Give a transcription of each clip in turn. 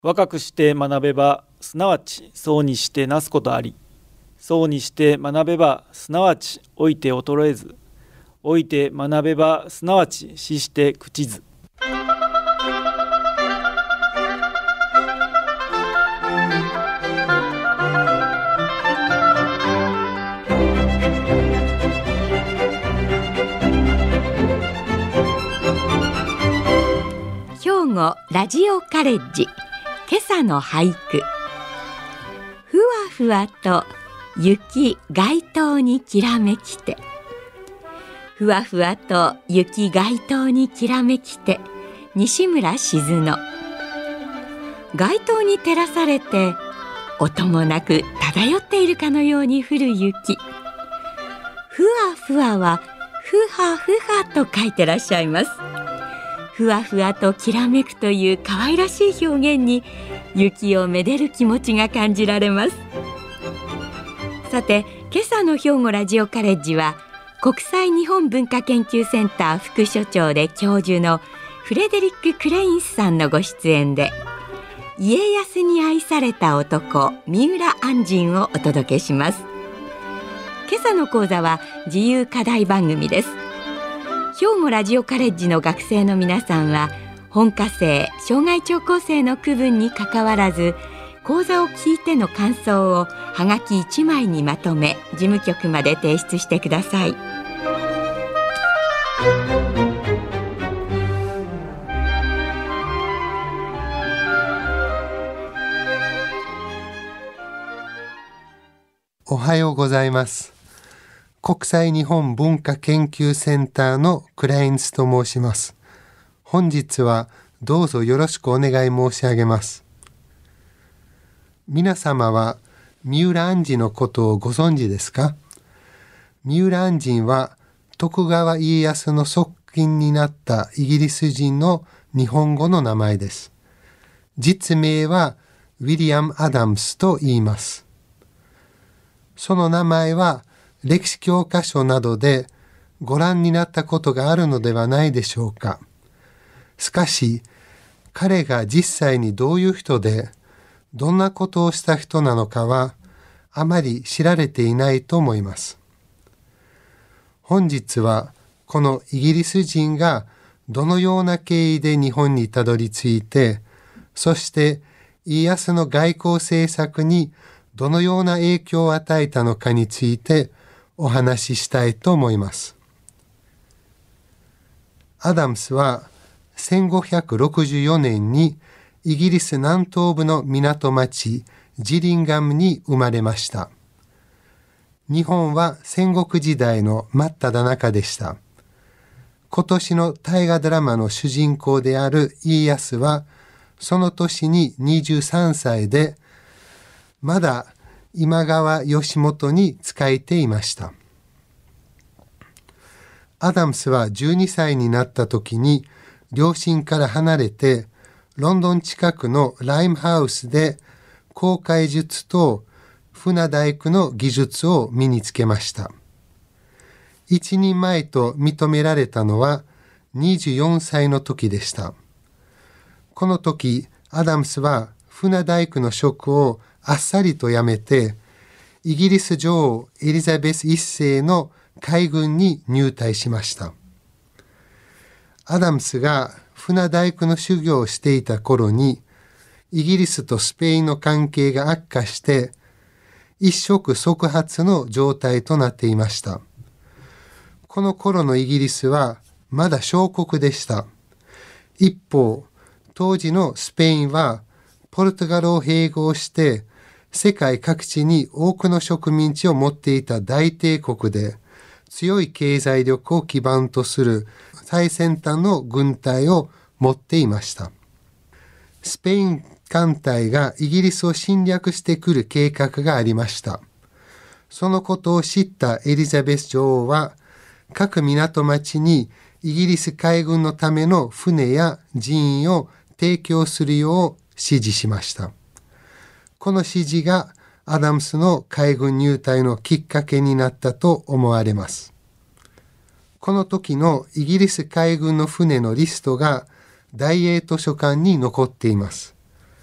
若くして学べばすなわちそうにしてなすことあり、そうにして学べばすなわち老いて衰えず、老いて学べばすなわち死して朽ちず。 兵庫ラジオカレッジ、今朝の俳句。ふわふわと雪街灯にきらめきて、ふわふわと雪街灯にきらめきて、西村静乃。街灯に照らされて音もなく漂っているかのように降る雪。ふわふわはふはふはと書いてらっしゃいます。ふわふわときらめくという可愛らしい表現に雪をめでる気持ちが感じられます。さて、今朝の兵庫ラジオカレッジは国際日本文化研究センター副所長で教授のフレデリック・クレインスさんのご出演で、家康に愛された男三浦按針をお届けします。今朝の講座は自由課題番組です。兵庫ラジオカレッジの学生の皆さんは、本科生、障害聴講生の区分にかかわらず、講座を聞いての感想をはがき1枚にまとめ、事務局まで提出してください。 おはようございます。国際日本文化研究センターのクラインスと申します。本日はどうぞよろしくお願い申し上げます。皆様は三浦按針のことをご存知ですか？三浦按針は徳川家康の側近になったイギリス人の日本語の名前です。実名はウィリアム・アダムスと言います。その名前は歴史教科書などでご覧になったことがあるのではないでしょうか。しかし、彼が実際にどういう人で、どんなことをした人なのかはあまり知られていないと思います。本日はこのイギリス人がどのような経緯で日本にたどり着いて、そして家康の外交政策にどのような影響を与えたのかについてお話ししたいと思います。アダムスは1564年にイギリス南東部の港町ジリンガムに生まれました。日本は戦国時代の真っ只中でした。今年の大河ドラマの主人公である家康は、その年に23歳で、まだ今川義元に仕えていました。アダムスは12歳になった時に両親から離れて、ロンドン近くのライムハウスで航海術と船大工の技術を身につけました。一人前と認められたのは24歳の時でした。この時、アダムスは船大工の職をあっさりと辞めて、イギリス女王エリザベス一世の海軍に入隊しました。アダムスが船大工の修行をしていた頃に、イギリスとスペインの関係が悪化して、一触即発の状態となっていました。この頃のイギリスはまだ小国でした。一方、当時のスペインはポルトガルを併合して世界各地に多くの植民地を持っていた大帝国で、強い経済力を基盤とする最先端の軍隊を持っていました。スペイン艦隊がイギリスを侵略してくる計画がありました。そのことを知ったエリザベス女王は、各港町にイギリス海軍のための船や人員を提供するよう指示しました。この指示がアダムスの海軍入隊のきっかけになったと思われます。この時のイギリス海軍の船のリストが大英図書館に残っています。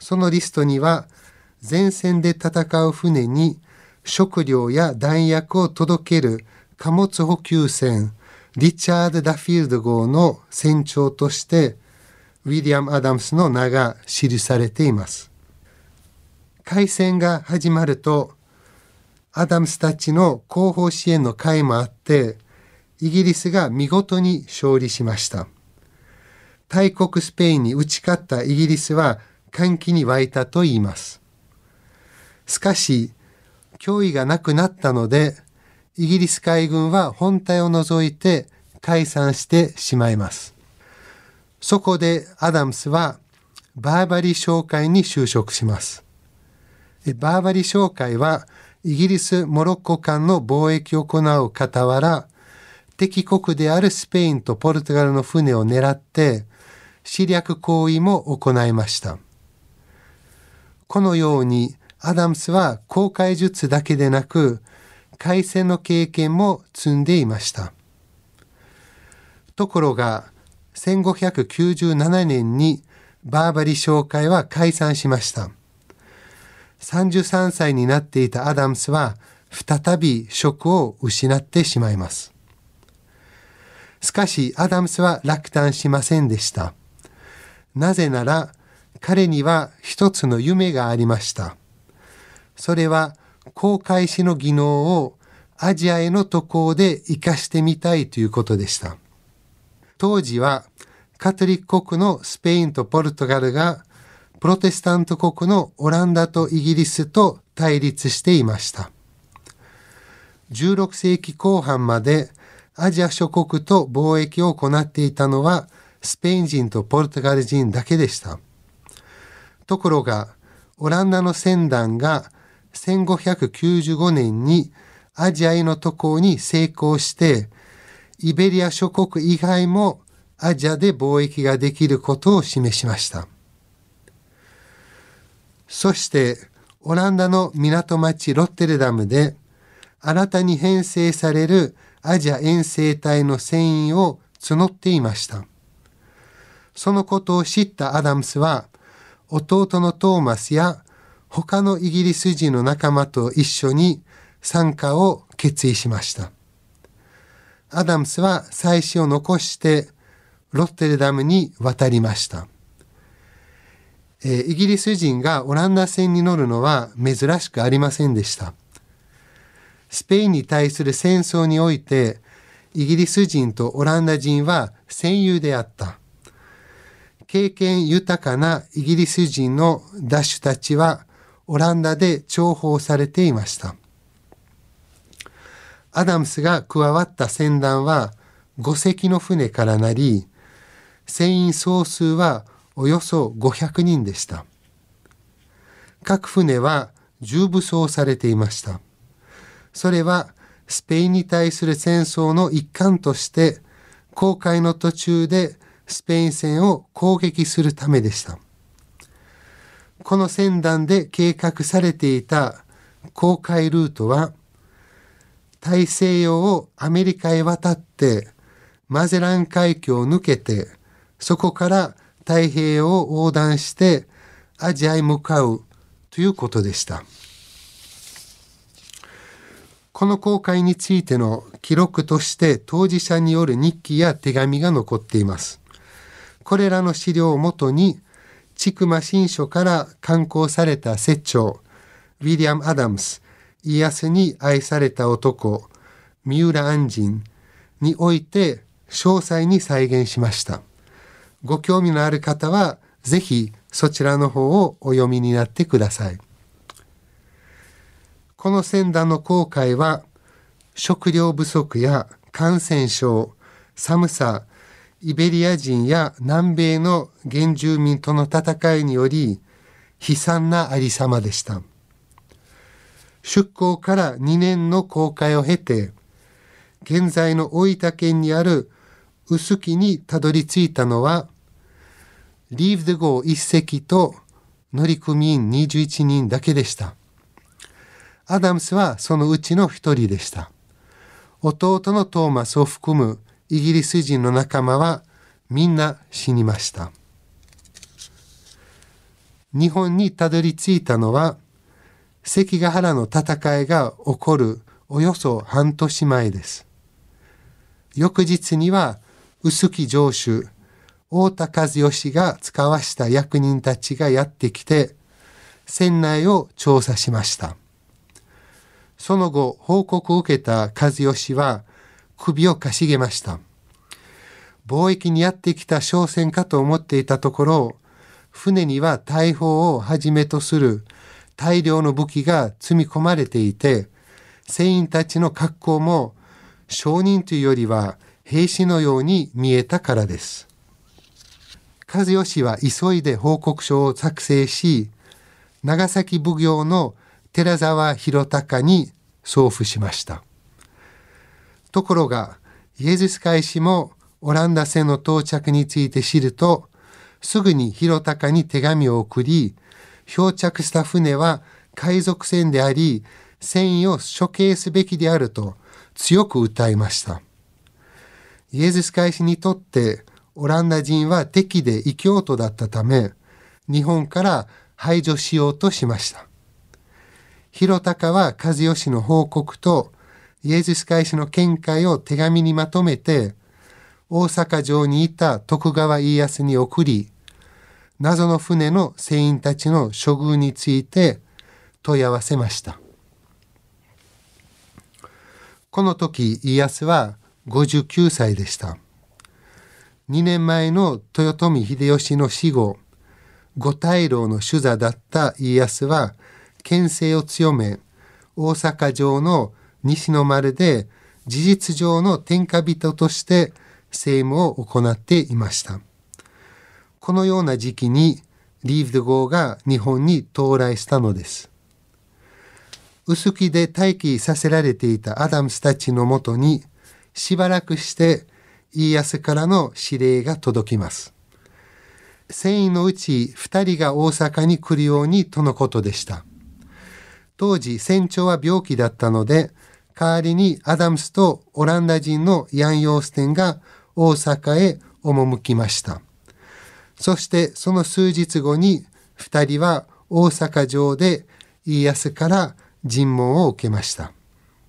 そのリストには前線で戦う船に食料や弾薬を届ける貨物補給船リチャード・ダフィールド号の船長としてウィリアム・アダムスの名が記されています。開戦が始まるとアダムスたちの後方支援の甲斐もあってイギリスが見事に勝利しました。大国スペインに打ち勝ったイギリスは歓喜に沸いたと言います。しかし脅威がなくなったのでイギリス海軍は本隊を除いて解散してしまいます。そこでアダムスはバーバリー商会に就職します。バーバリー商会はイギリス・モロッコ間の貿易を行う傍ら敵国であるスペインとポルトガルの船を狙って侵略行為も行いました。このようにアダムスは航海術だけでなく海戦の経験も積んでいました。ところが1597年にバーバリー商会は解散しました。33歳になっていたアダムスは再び職を失ってしまいます。しかしアダムスは落胆しませんでした。なぜなら彼には一つの夢がありました。それは航海士の技能をアジアへの渡航で生かしてみたいということでした。当時はカトリック国のスペインとポルトガルがプロテスタント国のオランダとイギリスと対立していました。16世紀後半までアジア諸国と貿易を行っていたのはスペイン人とポルトガル人だけでした。ところがオランダの船団が1595年にアジアへの渡航に成功してイベリア諸国以外もアジアで貿易ができることを示しました。そしてオランダの港町ロッテルダムで新たに編成されるアジア遠征隊の船員を募っていました。そのことを知ったアダムスは弟のトーマスや他のイギリス人の仲間と一緒に参加を決意しました。アダムスは妻子を残してロッテルダムに渡りました。イギリス人がオランダ船に乗るのは珍しくありませんでした。スペインに対する戦争においてイギリス人とオランダ人は戦友であった。経験豊かなイギリス人のダッシュたちはオランダで重宝されていました。アダムスが加わった船団は5隻の船からなり、船員総数はおよそ500人でした。各船は重武装されていました。それはスペインに対する戦争の一環として航海の途中でスペイン船を攻撃するためでした。この船団で計画されていた航海ルートは大西洋をアメリカへ渡ってマゼラン海峡を抜けてそこから太平洋を横断してアジアへ向かうということでした。この航海についての記録として当事者による日記や手紙が残っています。これらの資料をもとに千曲新書から刊行された説長ウィリアム・アダムス、家康に愛された男三浦按針において詳細に再現しました。ご興味のある方はぜひそちらの方をお読みになってください。この船団の航海は食料不足や感染症、寒さ、イベリア人や南米の原住民との戦いにより悲惨なありさまでした。出港から2年の航海を経て現在の大分県にある臼杵にたどり着いたのはリーブデ号1隻と乗組員21人だけでした。アダムスはそのうちの一人でした。弟のトーマスを含むイギリス人の仲間はみんな死にました。 日本にたどり着いたのは関ヶ原の戦いが起こるおよそ半年前です。翌日には臼杵城主太田和義が使わした役人たちがやってきて船内を調査しました。その後報告を受けた和義は首をかしげました。貿易にやってきた商船かと思っていたところ、船には大砲をはじめとする大量の武器が積み込まれていて、船員たちの格好も商人というよりは兵士のように見えたからです。和義は急いで報告書を作成し、長崎奉行の寺沢広隆に送付しました。ところが、イエズス会士もオランダ船の到着について知ると、すぐに広隆に手紙を送り、漂着した船は海賊船であり、船員を処刑すべきであると強く訴えました。イエズス会士にとってオランダ人は敵で異教徒だったため、日本から排除しようとしました。広隆は和義の報告とイエズス会士の見解を手紙にまとめて、大阪城にいた徳川家康に送り、謎の船の船員たちの処遇について問い合わせました。この時家康は59歳でした。2年前の豊臣秀吉の死後、五大老の主座だった家康は権勢を強め、大阪城の西の丸で事実上の天下人として政務を行っていました。このような時期にリーヴ・ド・ゴーが日本に到来したのです。臼杵で待機させられていたアダムスたちのもとにしばらくして家康からの指令が届きます。船員のうち2人が大阪に来るようにとのことでした。当時船長は病気だったので、代わりにアダムスとオランダ人のヤン・ヨーステンが大阪へ赴きました。そしてその数日後に2人は大阪城で家康から尋問を受けました。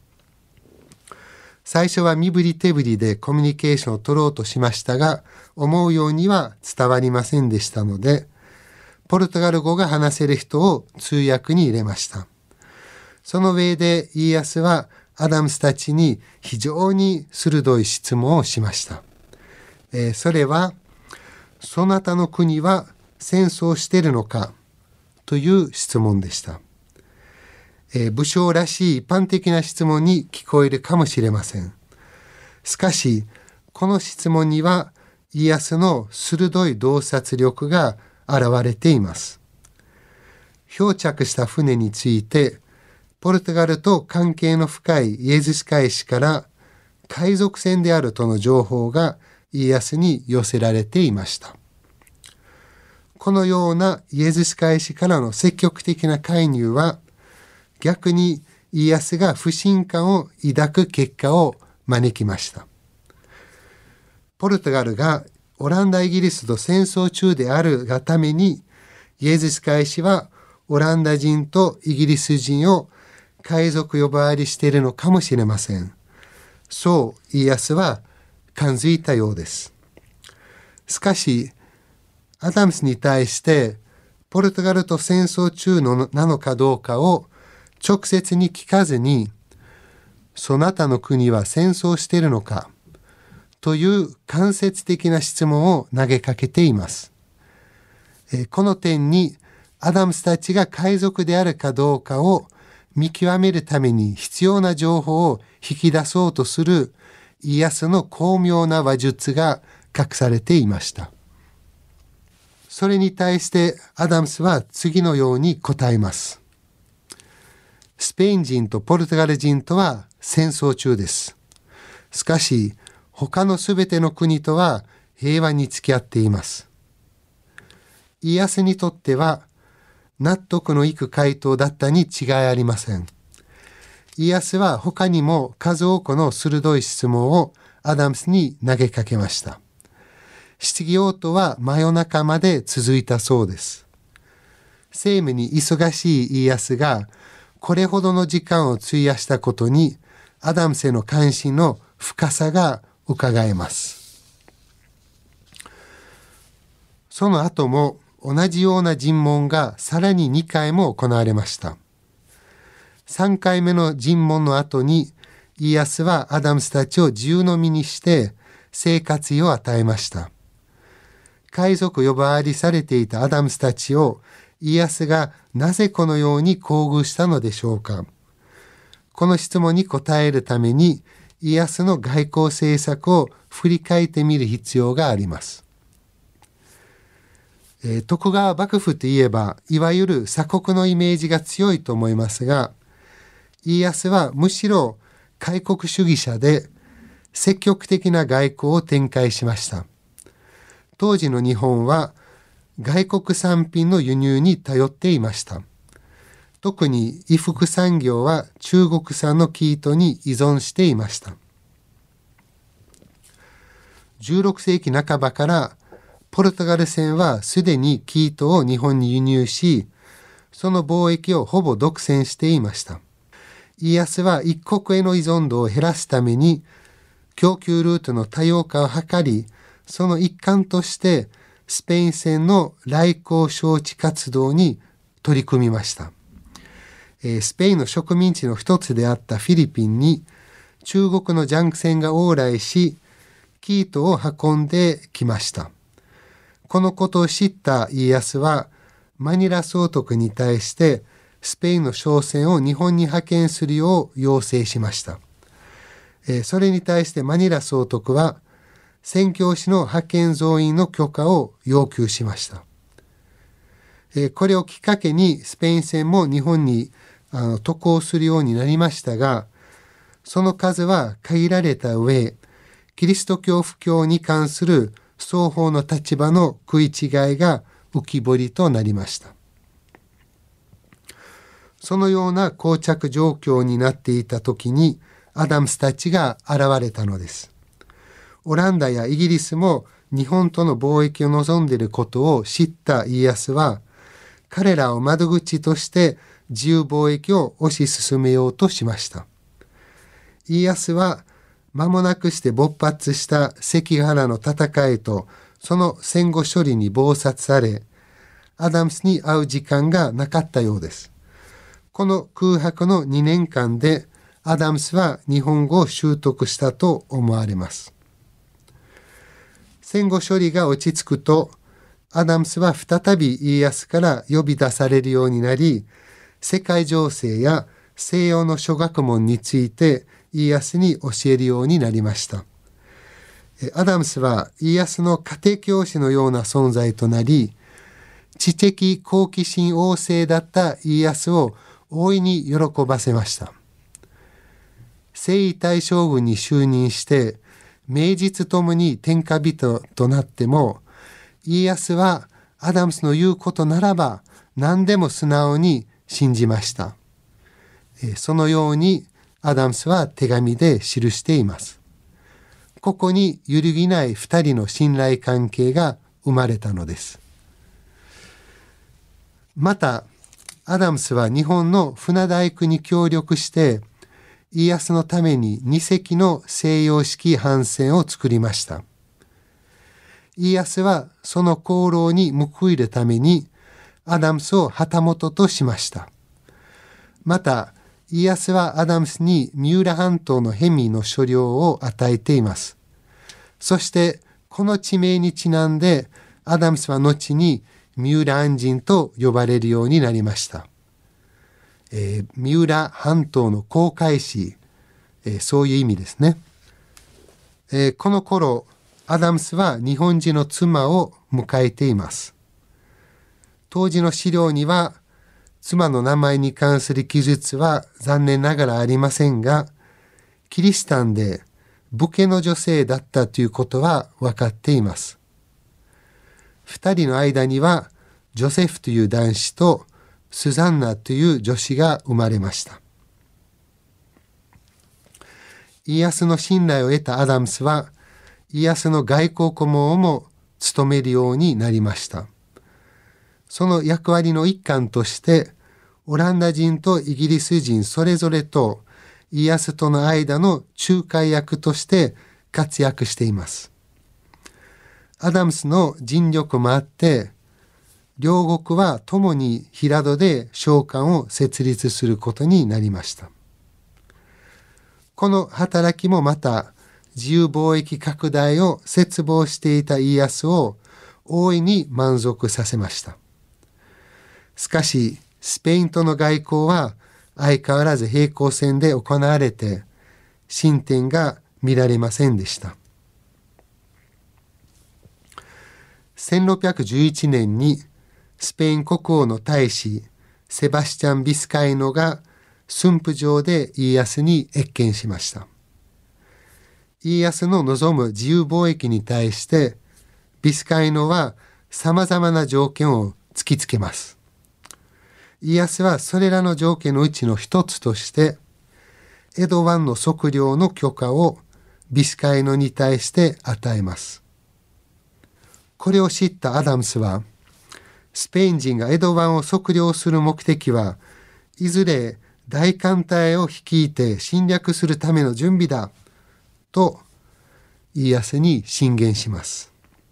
最初は身振り手振りでコミュニケーションを取ろうとしましたが、思うようには伝わりませんでしたので、ポルトガル語が話せる人を通訳に入れました。その上で家康はアダムスたちに非常に鋭い質問をしました。それは、そなたの国は戦争しているのかという質問でした。武将らしい一般的な質問に聞こえるかもしれません。しかし、この質問には家康の鋭い洞察力が現れています。漂着した船について、ポルトガルと関係の深いイエズス会士から海賊船であるとの情報が家康に寄せられていました。このようなイエズス会士からの積極的な介入は、逆に家康が不信感を抱く結果を招きました。ポルトガルがオランダ・イギリスと戦争中であるがために、イエズス会士はオランダ人とイギリス人を海賊呼ばわりしているのかもしれません。そう家康は感づいたようです。しかし、アダムスに対してポルトガルと戦争中なのかどうかを直接に聞かずに、そなたの国は戦争しているのかという間接的な質問を投げかけています。この点にアダムスたちが海賊であるかどうかを見極めるために必要な情報を引き出そうとする家康の巧妙な話術が隠されていました。それに対してアダムスは次のように答えます。スペイン人とポルトガル人とは戦争中です。しかし、他のすべての国とは平和に付き合っています。家康にとっては納得のいく回答だったに違いありません。家康は他にも数多くの鋭い質問をアダムスに投げかけました。質疑応答は真夜中まで続いたそうです。 政務に忙しい家康がこれほどの時間を費やしたことにアダムスへの関心の深さが伺えます。その後も同じような尋問がさらに2回も行われました。3回目の尋問の後に家康はアダムスたちを自由の身にして生活費を与えました。海賊呼ばわりされていたアダムスたちを家康がなぜこのように厚遇したのでしょうか。この質問に答えるために家康の外交政策を振り返ってみる必要があります。徳川幕府といえばいわゆる鎖国のイメージが強いと思いますが、家康はむしろ開国主義者で積極的な外交を展開しました。当時の日本は外国産品の輸入に頼っていました。特に衣服産業は中国産の生糸に依存していました。16世紀半ばからポルトガル船はすでに生糸を日本に輸入し、その貿易をほぼ独占していました。家康は一国への依存度を減らすために供給ルートの多様化を図り、その一環としてスペイン船の来航招致活動に取り組みました。スペインの植民地の一つであったフィリピンに中国のジャンク船が往来し、生糸を運んできました。このことを知った家康はマニラ総督に対してスペインの商船を日本に派遣するよう要請しました。それに対してマニラ総督は宣教師の派遣増員の許可を要求しました。これをきっかけにスペイン船も日本に渡航するようになりましたが、その数は限られた上、キリスト教布教に関する双方の立場の食い違いが浮き彫りとなりました。そのような膠着状況になっていた時にアダムスたちが現れたのです。オランダやイギリスも日本との貿易を望んでいることを知った家康は、彼らを窓口として自由貿易を推し進めようとしました。家康は間もなくして勃発した関ヶ原の戦いとその戦後処理に忙殺され、アダムスに会う時間がなかったようです。この空白の2年間でアダムスは日本語を習得したと思われます。戦後処理が落ち着くと、アダムスは再び家康から呼び出されるようになり、世界情勢や西洋の諸学問について家康に教えるようになりました。アダムスは家康の家庭教師のような存在となり、知的好奇心旺盛だった家康を大いに喜ばせました。征夷大将軍に就任して名実ともに天下人となっても、家康はアダムスの言うことならば何でも素直に信じました。そのようにアダムスは手紙で記しています。ここに揺るぎない2人の信頼関係が生まれたのです。またアダムスは日本の船大工に協力して家康のために2隻の西洋式帆船を作りました。家康はその功労に報いるためにアダムスを旗本としました。また家康はアダムスに三浦半島のヘミの所領を与えています。そしてこの地名にちなんでアダムスは後に三浦按針と呼ばれるようになりました。三浦半島の航海士、そういう意味ですね。この頃アダムスは日本人の妻を迎えています。当時の資料には妻の名前に関する記述は残念ながらありませんが、キリシタンで武家の女性だったということは分かっています。二人の間にはジョセフという男子とスザンナという女子が生まれました。家康の信頼を得たアダムスは家康の外交顧問をも務めるようになりました。 その役割の一環としてオランダ人とイギリス人それぞれと家康との間の仲介役として活躍しています。アダムスの尽力もあって両国は共に平戸で商館を設立することになりました。この働きもまた自由貿易拡大を切望していた家康を大いに満足させました。しかしスペインとの外交は相変わらず平行線で行われて進展が見られませんでした。1611年にスペイン国王の大使セバスチャン・ビスカイノが駿府城で家康に謁見しました。家康の望む自由貿易に対してビスカイノはさまざまな条件を突きつけます。家康はそれらの条件のうちの一つとして江戸湾の測量の許可をビスカイノに対して与えます。これを知ったアダムスはスペイン人が江戸湾を測量する目的はいずれ大艦隊を率いて侵略するための準備だと家康に進言します。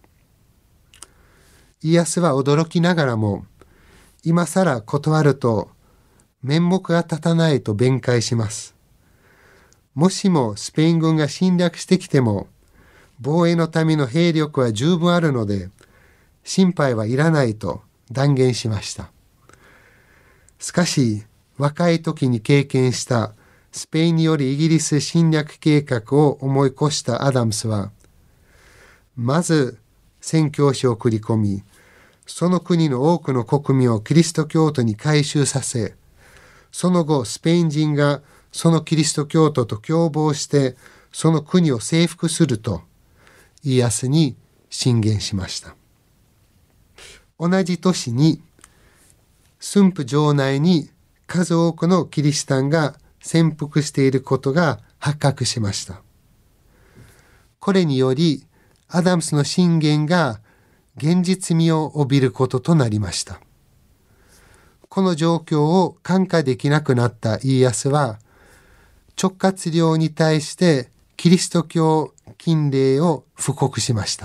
家康は驚きながらも今更断ると面目が立たないと弁解します。もしもスペイン軍が侵略してきても防衛のための兵力は十分あるので心配はいらないと断言しました。しかし若い時に経験したスペインによるイギリス侵略計画を思い越したアダムスはまず宣教師を送り込みその国の多くの国民をキリスト教徒に改宗させその後スペイン人がそのキリスト教徒と共謀してその国を征服すると家康に進言しました。同じ年に駿府城内に数多くのキリシタンが潜伏していることが発覚しました。これによりアダムスの進言が現実味を帯びることとなりました。この状況を看過できなくなった家康は直轄領に対してキリスト教禁令を布告しました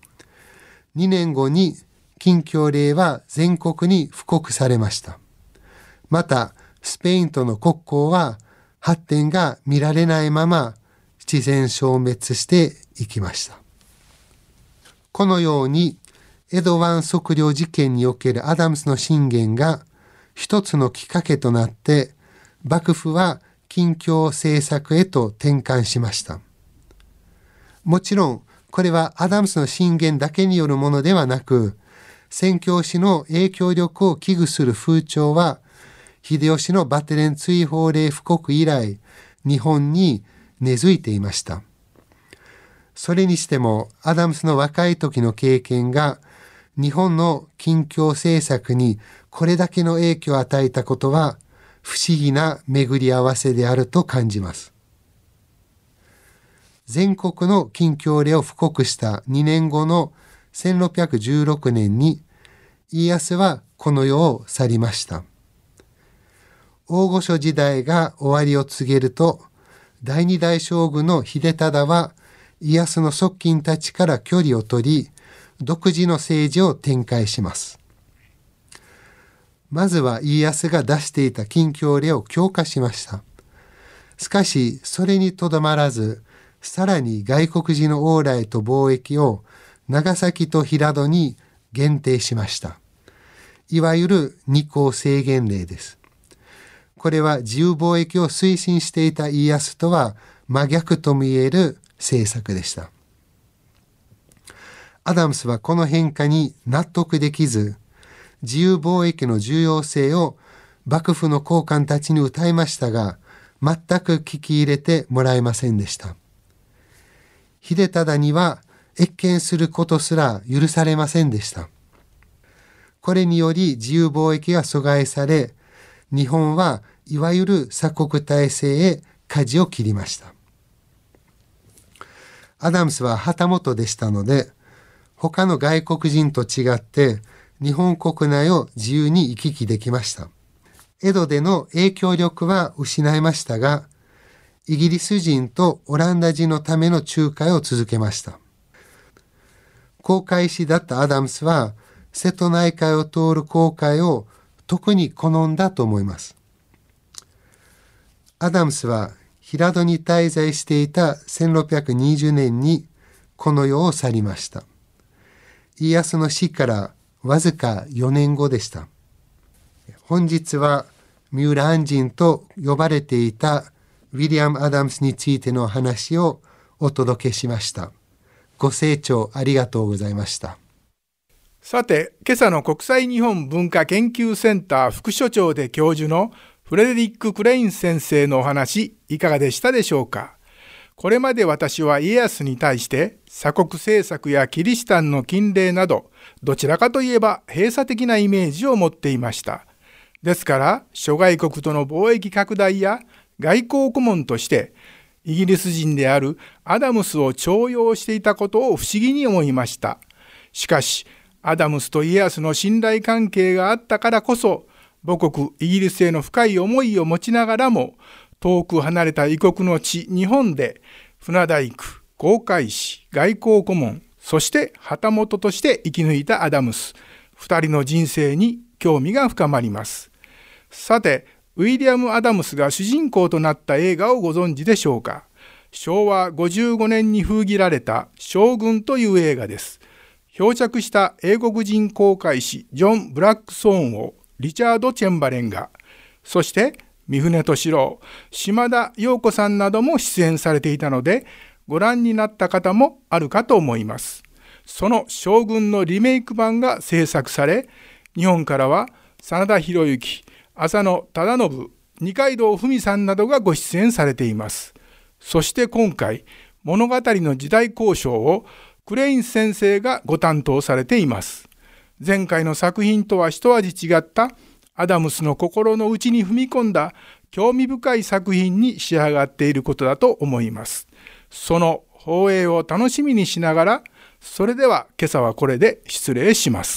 。2年後に禁教令は全国に布告されました。またスペインとの国交は発展が見られないまま自然消滅していきました。このように江戸湾測量事件におけるアダムスの進言が一つのきっかけとなって幕府は禁教政策へと転換しました。もちろんこれはアダムスの進言だけによるものではなく宣教師の影響力を危惧する風潮は秀吉のバテレン追放令布告以来日本に根付いていました。それにしてもアダムスの若い時の経験が日本の禁教政策にこれだけの影響を与えたことは不思議な巡り合わせであると感じます。全国の禁教令を布告した2年後の1616年に家康はこの世を去りました。大御所時代が終わりを告げると第二代将軍の秀忠は家康の側近たちから距離を取り独自の政治を展開します。まずは家康が出していた禁教令を強化しました。しかしそれにとどまらずさらに外国人の往来と貿易を長崎と平戸に限定しました。いわゆる二項制限令です。これは自由貿易を推進していた家康とは真逆ともいえる政策でした。アダムスはこの変化に納得できず、自由貿易の重要性を幕府の高官たちに訴えましたが、全く聞き入れてもらえませんでした。秀忠には謁見することすら許されませんでした。これにより自由貿易が阻害され、日本はいわゆる鎖国体制へ舵を切りました。アダムスは旗本でしたので、他の外国人と違って日本国内を自由に行き来できました。江戸での影響力は失いましたが、イギリス人とオランダ人のための仲介を続けました。航海士だったアダムスは、瀬戸内海を通る航海を特に好んだと思います。アダムスは平戸に滞在していた1620年にこの世を去りました。家康の死からわずか4年後でした。本日は三浦按針と呼ばれていたウィリアム・アダムスについての話をお届けしました。ご清聴ありがとうございました。 さて、今朝の国際日本文化研究センター副所長で教授のフレデリック・クレイン先生のお話、いかがでしたでしょうか。これまで私は家康に対して鎖国政策やキリシタンの禁令など、どちらかといえば閉鎖的なイメージを持っていました。ですから、諸外国との貿易拡大や外交顧問として、イギリス人であるアダムスを重用していたことを不思議に思いました。しかし、アダムスと家康の信頼関係があったからこそ、母国イギリスへの深い思いを持ちながらも、遠く離れた異国の地日本で船大工、航海士、外交顧問、そして旗本として生き抜いたアダムス、2人の人生に興味が深まります。さて、ウィリアム・アダムスが主人公となった映画をご存知でしょうか。昭和55年に封切られた将軍という映画です。漂着した英国人航海士ジョン・ブラックソーンをリチャード・チェンバレンが、そして三船敏郎、島田陽子さんなども出演されていたので、ご覧になった方もあるかと思います。その将軍のリメイク版が制作され、日本からは真田広之、浅野忠信、二階堂ふみさんなどがご出演されています。そして今回、物語の時代考証をクレイン先生がご担当されています。前回の作品とは一味違ったアダムスの心の内に踏み込んだ興味深い作品に仕上がっていることだと思います。その放映を楽しみにしながら、それでは今朝はこれで失礼します。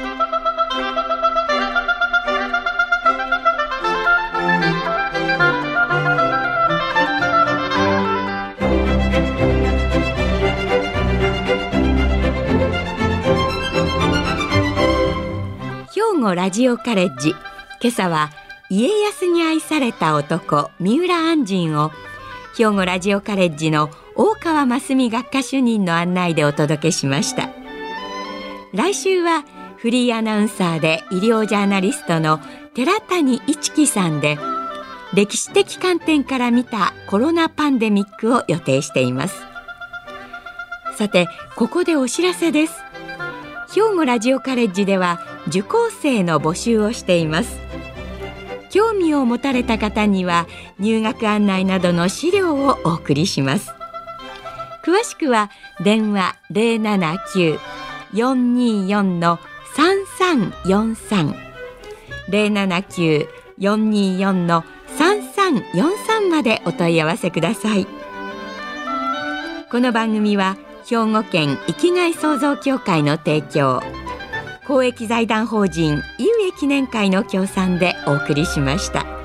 兵庫ラジオカレッジ、今朝は家康に愛された男三浦按針を兵庫ラジオカレッジの大川真澄学科主任の案内でお届けしました。来週はフリーアナウンサーで医療ジャーナリストの寺谷一樹さんで、歴史的観点から見たコロナパンデミックを予定しています。さて、ここでお知らせです。兵庫ラジオカレッジでは受講生の募集をしています。興味を持たれた方には入学案内などの資料をお送りします。詳しくは電話 079-424-3343 079-424-3343までお問い合わせください。この番組は兵庫県生きがい創造協会の提供、公益財団法人井上記念会の協賛でお送りしました。